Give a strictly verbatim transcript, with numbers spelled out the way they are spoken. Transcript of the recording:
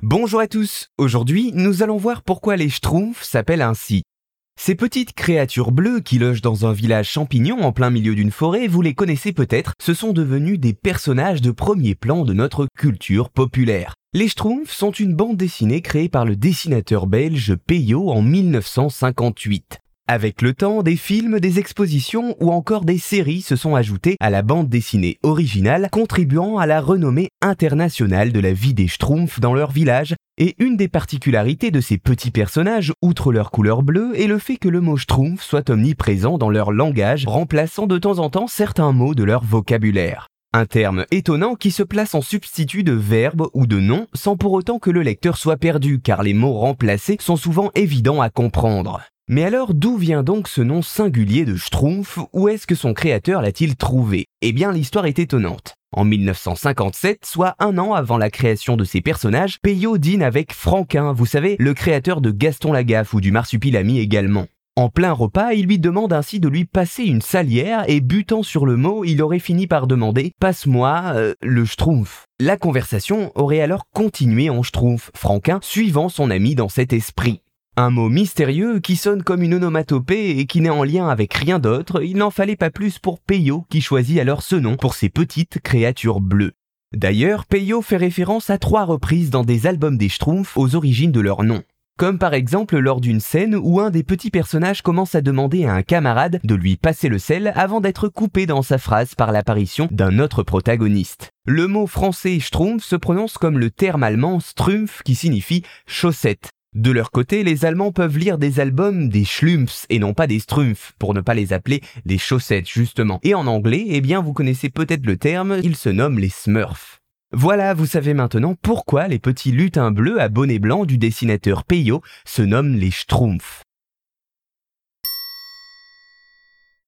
Bonjour à tous, aujourd'hui nous allons voir pourquoi les Schtroumpfs s'appellent ainsi. Ces petites créatures bleues qui logent dans un village champignon en plein milieu d'une forêt, vous les connaissez peut-être, ce sont devenus des personnages de premier plan de notre culture populaire. Les Schtroumpfs sont une bande dessinée créée par le dessinateur belge Peyo en mille neuf cent cinquante-huit. Avec le temps, des films, des expositions ou encore des séries se sont ajoutés à la bande dessinée originale, contribuant à la renommée internationale de la vie des Schtroumpfs dans leur village. Et une des particularités de ces petits personnages, outre leur couleur bleue, est le fait que le mot Schtroumpf soit omniprésent dans leur langage, remplaçant de temps en temps certains mots de leur vocabulaire. Un terme étonnant qui se place en substitut de verbe ou de nom sans pour autant que le lecteur soit perdu, car les mots remplacés sont souvent évidents à comprendre. Mais alors, d'où vient donc ce nom singulier de Schtroumpf? Où est-ce que son créateur l'a-t-il trouvé? Eh bien, l'histoire est étonnante. En mille neuf cent cinquante-sept, soit un an avant la création de ces personnages, Peyo dîne avec Franquin, vous savez, le créateur de Gaston Lagaffe ou du Marsupilami également. En plein repas, il lui demande ainsi de lui passer une salière et butant sur le mot, il aurait fini par demander « Passe-moi euh, le Schtroumpf ». La conversation aurait alors continué en Schtroumpf, Franquin suivant son ami dans cet esprit. Un mot mystérieux qui sonne comme une onomatopée et qui n'est en lien avec rien d'autre, il n'en fallait pas plus pour Peyo qui choisit alors ce nom pour ses petites créatures bleues. D'ailleurs, Peyo fait référence à trois reprises dans des albums des Schtroumpfs aux origines de leur nom. Comme par exemple lors d'une scène où un des petits personnages commence à demander à un camarade de lui passer le sel avant d'être coupé dans sa phrase par l'apparition d'un autre protagoniste. Le mot français Schtroumpf se prononce comme le terme allemand Strumpf qui signifie chaussette. De leur côté, les Allemands peuvent lire des albums des Schlumpfs et non pas des Strumpfs, pour ne pas les appeler des chaussettes justement. Et en anglais, eh bien vous connaissez peut-être le terme, ils se nomment les Smurfs. Voilà, vous savez maintenant pourquoi les petits lutins bleus à bonnet blanc du dessinateur Peyo se nomment les Schtroumpfs.